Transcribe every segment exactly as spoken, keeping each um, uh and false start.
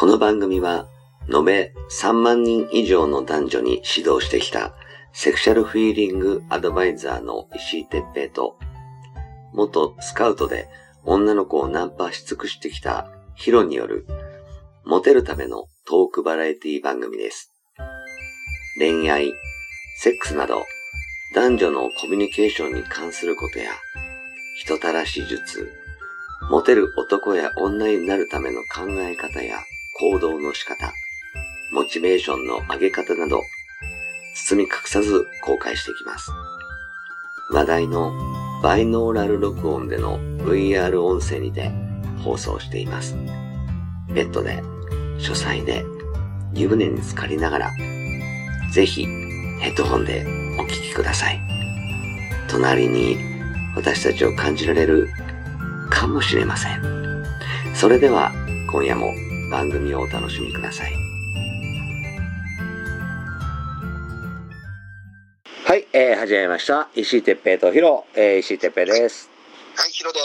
の番組は、延べさんまんにん以上の男女に指導してきたセクシャルフィーリングアドバイザーの石井哲平と、元スカウトで女の子をナンパし尽くしてきたヒロによる、モテるためのトークバラエティ番組です。恋愛、セックスなど、男女のコミュニケーションに関することや、人たらし術、モテる男や女になるための考え方や行動の仕方、モチベーションの上げ方など、包み隠さず公開していきます。話題のバイノーラル録音での ブイアール 音声にて放送しています。ベッドで、書斎で、湯船に浸かりながら、ぜひヘッドホンでお聞きください。隣に私たちを感じられるかもしれません。それでは今夜も番組をお楽しみください。はい、えー、始めました。石井哲平とヒロ、えー、石井哲平です。 はい、ヒロです。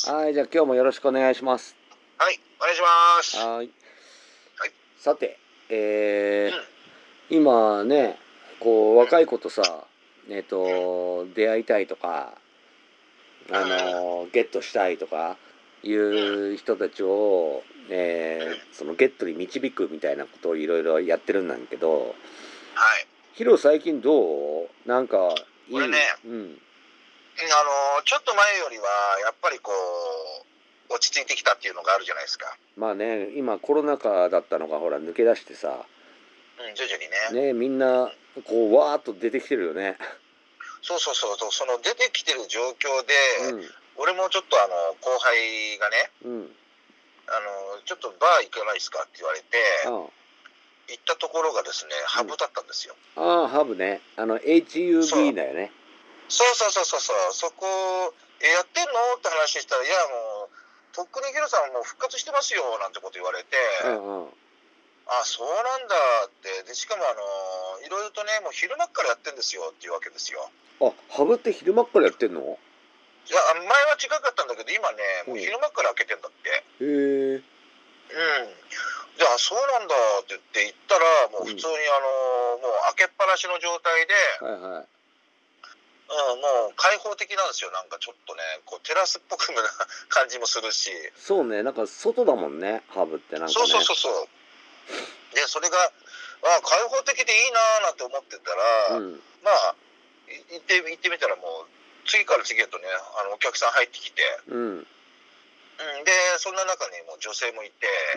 はい、じゃあ今日もよろしくお願いします。 はい、お願いします。 はい。 はい。 さて、えー、うん、今ね、こう若い子とさ、えっと、出会いたいとか、あの、ゲットしたいとかいう人たちを、えー、そのゲットに導くみたいなことをいろいろやってるんだけど、 はい。 ヒロ最近どう？なんかいい？ 俺ね、 うん。 あのちょっと前よりはやっぱりこう落ち着いてきたっていうのがあるじゃないですか。 まあね、今コロナ禍だったのがほら抜け出してさ、 うん、徐々にね。 ね、みんなこうわーっと出てきてるよね。 そうそうそうそう、その出てきてる状況で、 うん、 俺もちょっとあの後輩がね、 うん、 あのちょっとバー行かないですかって言われて、 ああ行ったところがですね、ハブだったんですよ。 ああ、ハブね、あの エイチユービー だよね。 そうそうそうそうそう、そこえやってんのって話したら、いやもうとっくにヒロさんもう復活してますよなんてこと言われて、 うんうん、 あ、そうなんだって。でしかもあのいろいろとね、もう昼間からやってんですよっていうわけですよ。 あ、ハブって昼間からやってんの？ いや、前は違かったんだけど、今ね、もう昼間から開けてんだって。 へえ。 うん。で、あ、そうなんだって言って行ったら、もう普通にあの、もう開けっぱなしの状態で、 はいはい。 うん、もう開放的なんですよ。なんかちょっとね、こうテラスっぽくな感じもするし。 そうね、なんか外だもんね、ハブってなんかね。 そうそうそうそう。で、それが、あ、開放的でいいなーなんて思ってたら、うん、まあ、行って、行ってみたらもう、次から次へとね、あの、お客さん入ってきて、うん。うん、で、そんな中にもう女性もいて、うん、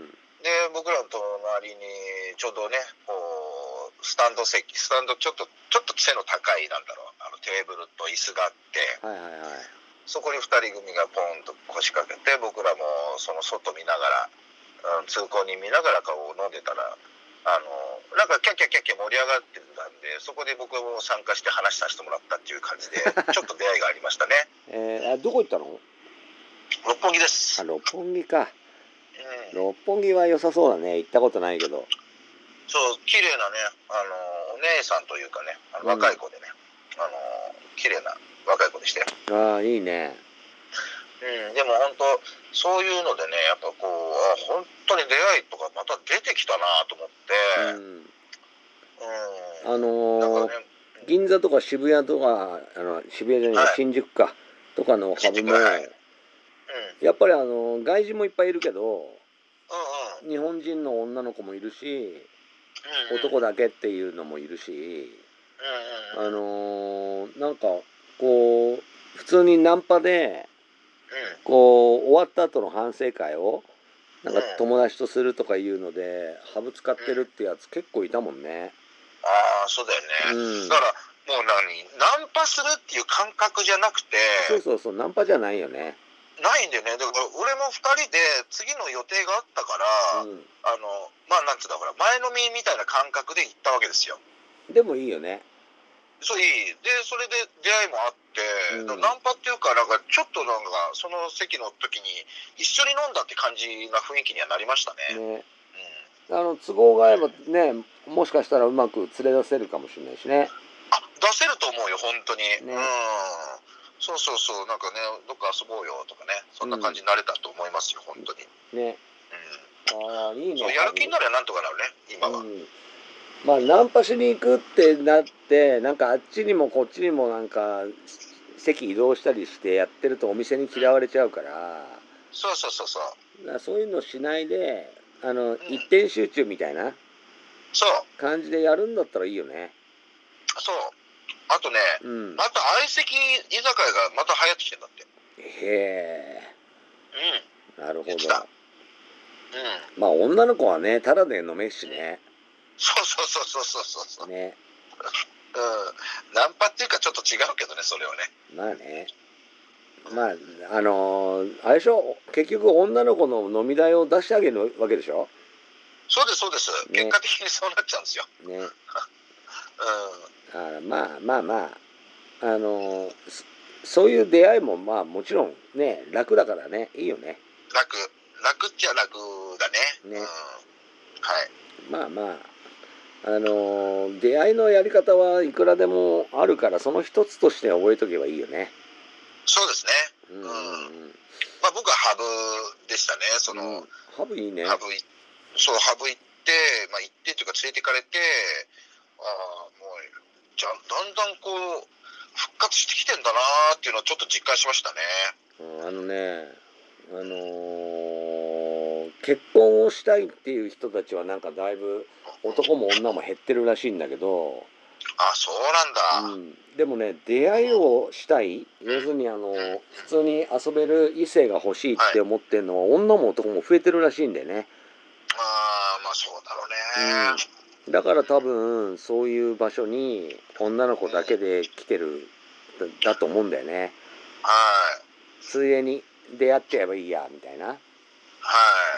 で、僕らの隣にちょうどね、こう、スタンド席、スタンドちょっと、ちょっと背の高い、なんだろう、あのテーブルと椅子があって、はいはいはい。そこに二人組がポンと腰掛けて、僕らもその外見ながら、通行人見ながら顔を飲んでたら、あのなんかキャッキャッキャッキャ盛り上がってたんで、そこで僕も参加して話させてもらったっていう感じでちょっと出会いがありましたね。 えー、あ、どこ行ったの？ 六本木です。 あ、六本木か、うん、六本木は良さそうだね。行ったことないけど。 そう、綺麗なね、あのお姉さんというかね、あの若い子でね、うん、あの綺麗な若い子でしたよ。 ああ、いいね。 うん、でも本当そういうのでね、やっぱこう、あ、本当に出会いとかまた出てきたなと思って、うん、 うん、あのーね、銀座とか渋谷とか、あの渋谷じゃない、はい、新宿かとかのハブも、はい、うん、やっぱりあの外人もいっぱいいるけど、うんうん、日本人の女の子もいるし、うんうん、男だけっていうのもいるし、うんうん、あのー、なんかこう普通にナンパでこう終わった後の反省会をなんか友達とするとかいうのでハブ使ってるってやつ結構いたもんね。 ああ、そうだよね、うん、だからもう何ナンパするっていう感覚じゃなくて、 そうそうそう、ナンパじゃないよね。 ないんだよね。だから俺もふたりで次の予定があったから、うん、あのまあなんつうんだから前のみみたいな感覚で行ったわけですよ。 でもいいよね。 そう、いい。で、それで出会いもあって、うん、ナンパっていうか、なんかちょっとなんか、その席の時に一緒に飲んだって感じな雰囲気にはなりましたね。ね、 うん、あの都合が合えばね、もしかしたらうまく連れ出せるかもしれないしね。 あ、出せると思うよ、本当に。ね、うん。そうそうそう、なんかね、どっか遊ぼうよとかね、そんな感じになれたと思いますよ、うん、本当に。 ね。 ああ、いいね。 そう、やる気になればなんとかなるね、今は。うん、 まあナンパしに行くってなってなんかあっちにもこっちにもなんか席移動したりしてやってるとお店に嫌われちゃうから、うん、 そうそうそうそう。 だからそういうのしないであの、うん、一点集中みたいな感じでやるんだったらいいよね。 そう。あとね、うん、また相席居酒屋がまた流行ってきてんだって。 へえ。うん。なるほど。 うん。 まあ女の子はね、タダで飲めるしね。 うん、そうそうそうそうそうそう。 ね。 うん。ナンパっていうかちょっと違うけどね、それはね。 まあね。まあ、あのー、あれでしょ、結局女の子の飲み代を出してあげるわけでしょ。 そうです、そうです。ね、結果的にそうなっちゃうんですよ。ね。うん。 あまあまあまあ、あのー、そういう出会いもまあもちろんね、楽だからね、いいよね。 楽。楽っちゃ楽だね。ね。うん。はい。 まあまあ。あのー、出会いのやり方はいくらでもあるからその一つとして覚えとけばいいよね。 そうですね。うん。うん、まあ僕はハブでしたね。その、うん、 ハブいいね。 ハブいそうハブ行って、まあ行ってというか連れて行かれて、ああもうじゃだんだんこう復活してきてんだなーっていうのをちょっと実感しましたね。 うん、あのね、あのー、結婚をしたいっていう人たちはなんかだいぶ男も女も減ってるらしいんだけど、 あ、そうなんだ、 うん、でもね出会いをしたい、うん、要するにあの、うん、普通に遊べる異性が欲しいって思ってるのは、はい、女も男も増えてるらしいんだよね。 ああ、まあそうだろうね、 うん、だから多分そういう場所に女の子だけで来てるだ, だと思うんだよね。 はい。 ついでに出会っちゃえばいいやみたいな。 はい。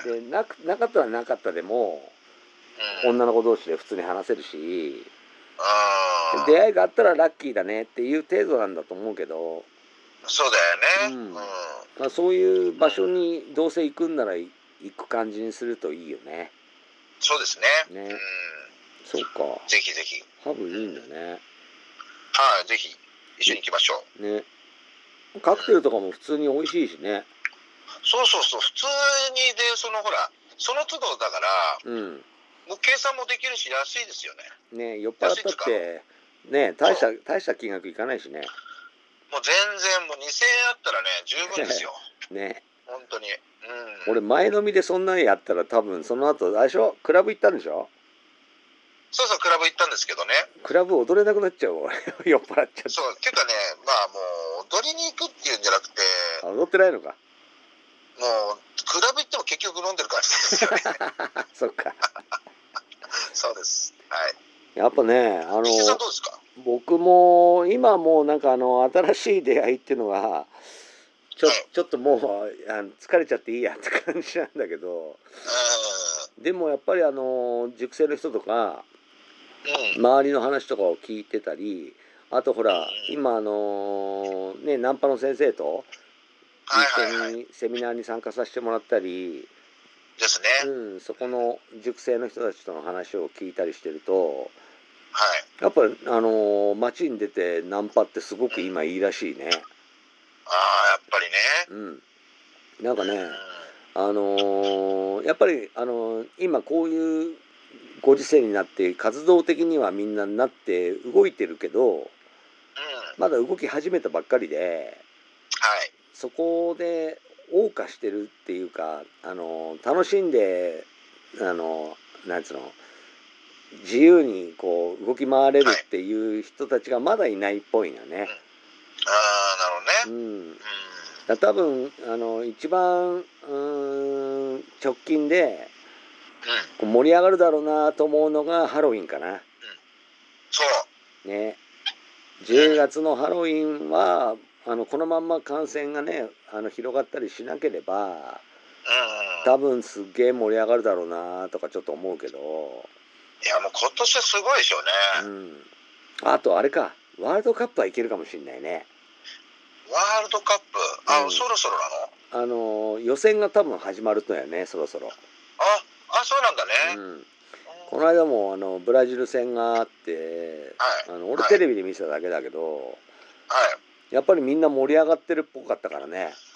で な, なかったらなかったでも、うん、女の子同士で普通に話せるし、うん、出会いがあったらラッキーだねっていう程度なんだと思うけど。 そうだよね。うん。うん、 まあ、そういう場所にどうせ行くんなら行く感じにするといいよね。 そうですね。ね。うん。 そうか。 ぜひぜひ。 ハブいいんだね。うん、 はい、ぜひ一緒に行きましょう。 ね。カクテルとかも普通に美味しいしね。うん、 そうそうそう、普通にで、そのほら、その都度だから、うん、もう計算もできるし安いですよね。 ね、酔っ払ったってね、大した大した金額いかないしね。 もう全然もうにせんえんあったらね十分ですよ。ね。本当に。 うん。俺前飲みでそんなんやったら多分その後あれでしょ、クラブ行ったんでしょ。 そうそう、クラブ行ったんですけどね。 クラブ踊れなくなっちゃうわ酔っ払っちゃって。 そうっていうかね、まあもう踊りに行くっていうんじゃなくて、 あ、踊ってないのか。 もうクラブ行っても結局飲んでる感じですよね。 そっか。 そうです。はい。 やっぱね、あの石井さんどうですか。 僕も今もうなんかあの新しい出会いっていうのがちょ、はい、ちょっともうあの疲れちゃっていいやって感じなんだけど、でもやっぱりあの塾生の人とか、うん、周りの話とかを聞いてたり、あとほら、うん、今あのねナンパの先生と一緒にセミナーに参加させてもらったりですね、 うん、そこの塾生の人たちとの話を聞いたりしてると、はい、やっぱりあのー、街に出てナンパってすごく今いいらしいね。うん、ああ、やっぱりね。 うん。なんかね、うん、あのー、やっぱりあのー、今こういうご時世になって活動的にはみんななって動いてるけど、うん、まだ動き始めたばっかりで、はい、そこで謳歌してるっていうか、あのー、楽しんであのー、なんつうの自由にこう動き回れるっていう人たちがまだいないっぽいのね。はい、うん、ああ、なるほどね。うん。 だ多分あの一番うーん直近で、うん、盛り上がるだろうなと思うのがハロウィンかな。うん、 そう。ね。 じゅうがつのハロウィンはあのこのまんま感染がねあの広がったりしなければ、うん、多分すっげえ盛り上がるだろうなとかちょっと思うけど。 いやもう今年はすごいでしょうね。 うん。あとあれか、ワールドカップはいけるかもしれないね。 ワールドカップ、あ、うん、そろそろなの？あの予選が多分始まるとやね、そろそろ。 あ、あ、そうなんだね。うん。 この間もあのブラジル戦があって、はい、あの俺テレビで見てただけだけど、はい、やっぱりみんな盛り上がってるっぽかったからね。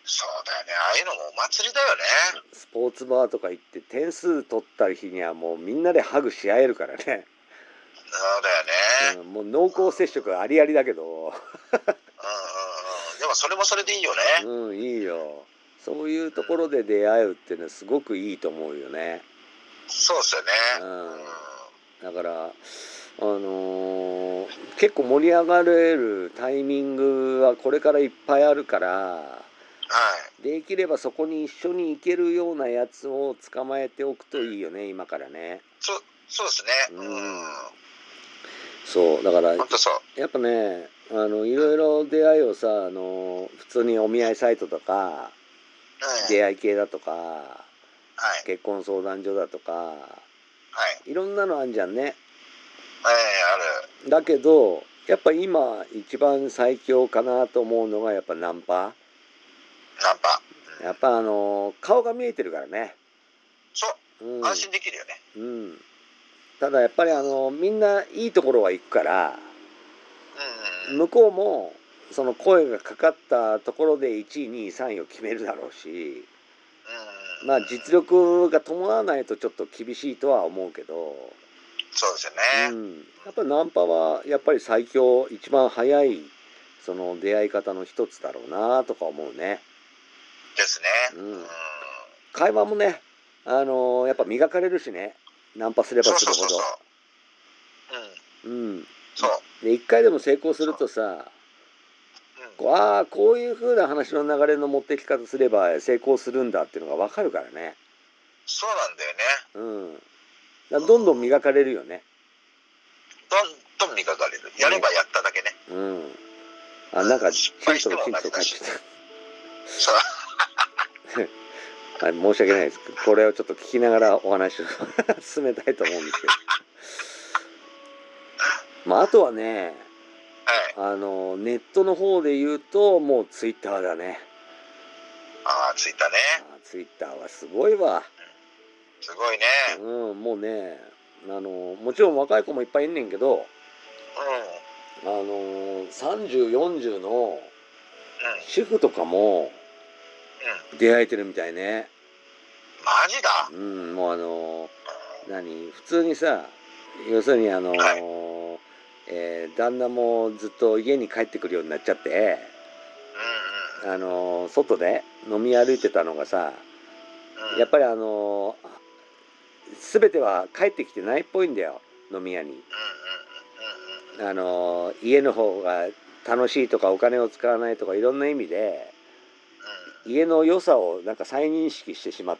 そうだよね。ああいうのもお祭りだよね。 スポーツバーとか行って点数取った日にはもうみんなでハグし合えるからね。 そうだよね、 うん、もう濃厚接触ありありだけどうんうんうんでもそれもそれでいいよね。 うんいいよ。そういうところで出会うっていうのはすごくいいと思うよね。 そうですよね、 うん、だからあのー、結構盛り上がれるタイミングはこれからいっぱいあるから、はい、できればそこに一緒に行けるようなやつを捕まえておくといいよね、今からね。 そそうですね。うん、 そうだから本当そう。 やっぱね、あのいろいろ出会いをさ、あの普通にお見合いサイトとか、うん、出会い系だとか、はい、結婚相談所だとか、はい、いろんなのあんじゃんね。 はい、ある。 だけどやっぱ今一番最強かなと思うのがやっぱナンパ。 ナンパ、 うん、やっぱあの顔が見えてるからね。 そう、うん、安心できるよね。 うん。ただやっぱりあのみんないいところは行くから、うん、向こうもその声がかかったところでいちいにいさんいを決めるだろうし、うん、まあ実力が伴わないとちょっと厳しいとは思うけど。 そうですよね、 うん、やっぱりナンパはやっぱり最強一番早いその出会い方の一つだろうなとか思うね。 ですね。 うん、会話もね、あのー、やっぱ磨かれるしね、ナンパすればするほど。そうそうそう、うん、うん、そうで一回でも成功するとさ、こうああこういう風な話の流れの持ってき方すれば成功するんだっていうのが分かるからね。 そうなんだよね。 うん、だどんどん磨かれるよね。 どんどん磨かれる。やればやっただけね。 うん。あ、なんかチンとチンと帰ってきた。 そう。 はい、申し訳ないです。これをちょっと聞きながらお話を進めたいと思うんですけど。まああとはね、はい、あのネットの方で言うともうツイッターだね。 ああツイッターね。 あツイッターはすごいわ。うん、 すごいね。 うん、もうね、あのもちろん若い子もいっぱいいんねんけど、うん、あのさんじゅう、よんじゅうの主婦とかも出会えてるみたいね。 マジだ。 うん、もうあの何普通にさ、要するにあの、はい、えー、旦那もずっと家に帰ってくるようになっちゃって、うんうん、あの外で飲み歩いてたのがさ、うん、やっぱりあの全ては帰ってきてないっぽいんだよ、飲み屋に。あの家の方が楽しいとかお金を使わないとかいろんな意味で、うん、家の良さをなんか再認識してしまって、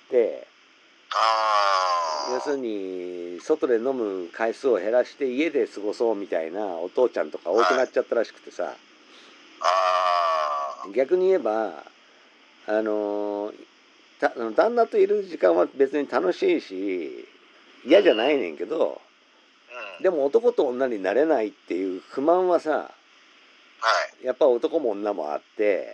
あ要するに外で飲む回数を減らして家で過ごそうみたいなお父ちゃんとか多くなっちゃったらしくてさ、はい、あ逆に言えばあのた旦那といる時間は別に楽しいし嫌じゃないねんけど、うん、でも男と女になれないっていう不満はさ、はい、やっぱ男も女もあって、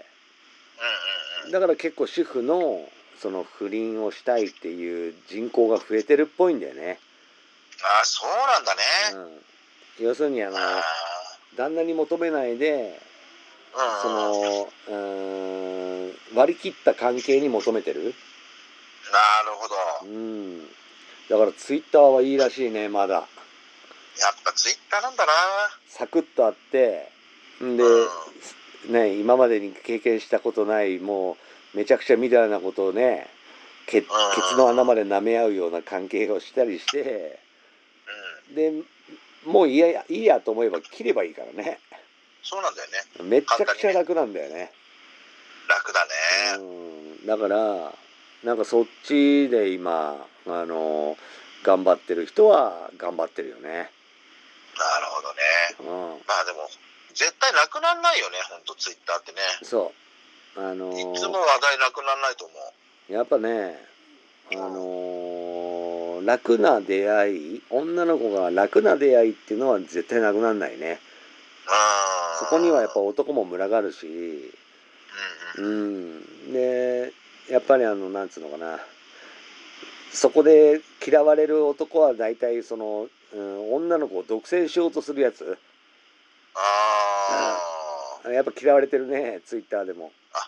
うんうんうん、だから結構主婦のその不倫をしたいっていう人口が増えてるっぽいんだよね。 ああそうなんだね。 うん、要するにあの旦那に求めないで、そのうーん割り切った関係に求めてる。なるほど。 うん。だからツイッターはいいらしいね、まだ。やっぱツイッターなんだな。 サクッとあってんで、うん、ね今までに経験したことないもうめちゃくちゃみたいなことをねケ, ケツの穴まで舐め合うような関係をしたりして、うん、でもういいやいいやと思えば切ればいいからね。 そうなんだよね。 めっちゃくちゃ楽なんだよね。 楽だね。 うん、だからなんかそっちで今あの頑張ってる人は頑張ってるよね。なるほどね。うん、まあでも絶対なくならないよね、ほんとツイッターってね。 そうあのー、 いつも話題なくならないと思う。 やっぱねあのー、楽な出会い女の子が楽な出会いっていうのは絶対なくならないね。そこにはやっぱ男も群がるし、うん、うん、でやっぱりあのなんつうのかな、そこで嫌われる男は大体その、うん、女の子を独占しようとするやつ。ああ、やっぱ嫌われてるねツイッターでも。 あ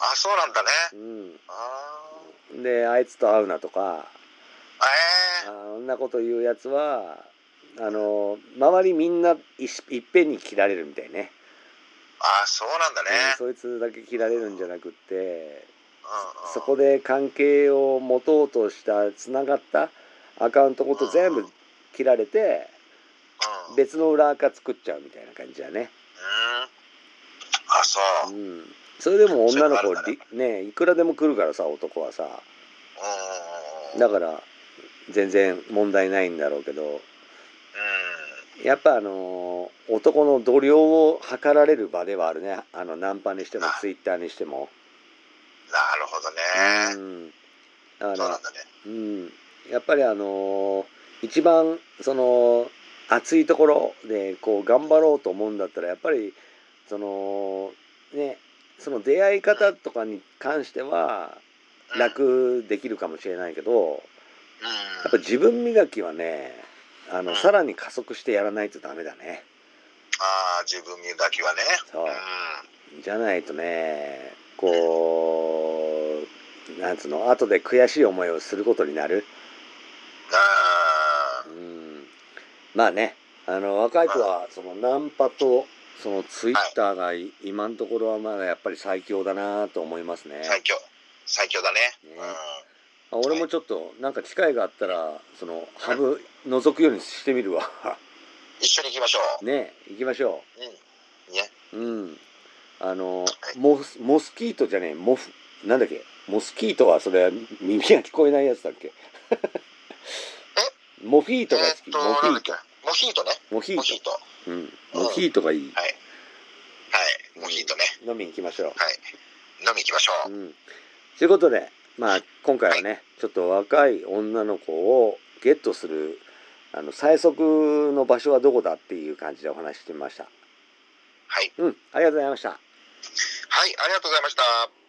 あ、そうなんだね。 うん。 あで、あいつと会うなとか、 ええー、 あんなこと言うやつは、あの、周りみんないしいっぺんに切られるみたいね。 あ、そうなんだね。 うん、そいつだけ切られるんじゃなくって、 うんうん、 そこで関係を持とうとしたつながったアカウントごと全部切られて、 うん、 別の裏垢作っちゃうみたいな感じだね。 うん、あ、そう。 うん。それでも女の子、 ね、 ね、いくらでも来るからさ、男はさ。 うん、 だから全然問題ないんだろうけど、うん、やっぱあの男の度量を測られる場ではあるね。あのナンパにしてもツイッターにしても。 なるほどね。 うん。だから、 そうなんだね。 うん。やっぱりあの一番その熱いところでこう頑張ろうと思うんだったらやっぱりそのねその出会い方とかに関しては楽できるかもしれないけど、やっぱ自分磨きはねあの、うん、さらに加速してやらないとダメだね。 ああ、自分磨きはね。 そう、うん、じゃないとねこうなんつうの後で悔しい思いをすることになる。 ああ、 うん、まあねあの若い子はそのナンパとそのツイッターが今のところはまだやっぱり最強だなと思いますね。 最強最強だね。ね、 うん、俺もちょっとなんか機会があったらそのハブ覗くようにしてみるわ。 一緒に行きましょう。 ね、行きましょう。うん。ね。 うん。あの、はい、モスモスキートじゃねえモフなんだっけモスキートはそれは耳が聞こえないやつだっけ。 え？ モフィートが好き。 えー、 モフィート。 モヒートね。 モヒート。 モヒート。 うん。モヒートがいい。 はい。はい。モヒートね。 飲みに行きましょう。 はい。飲みに行きましょう。 うん。ということで、まあ今回はね、はい、ちょっと若い女の子をゲットするあの最速の場所はどこだっていう感じでお話ししてみました。 はい。 うん、ありがとうございました。はい、ありがとうございました。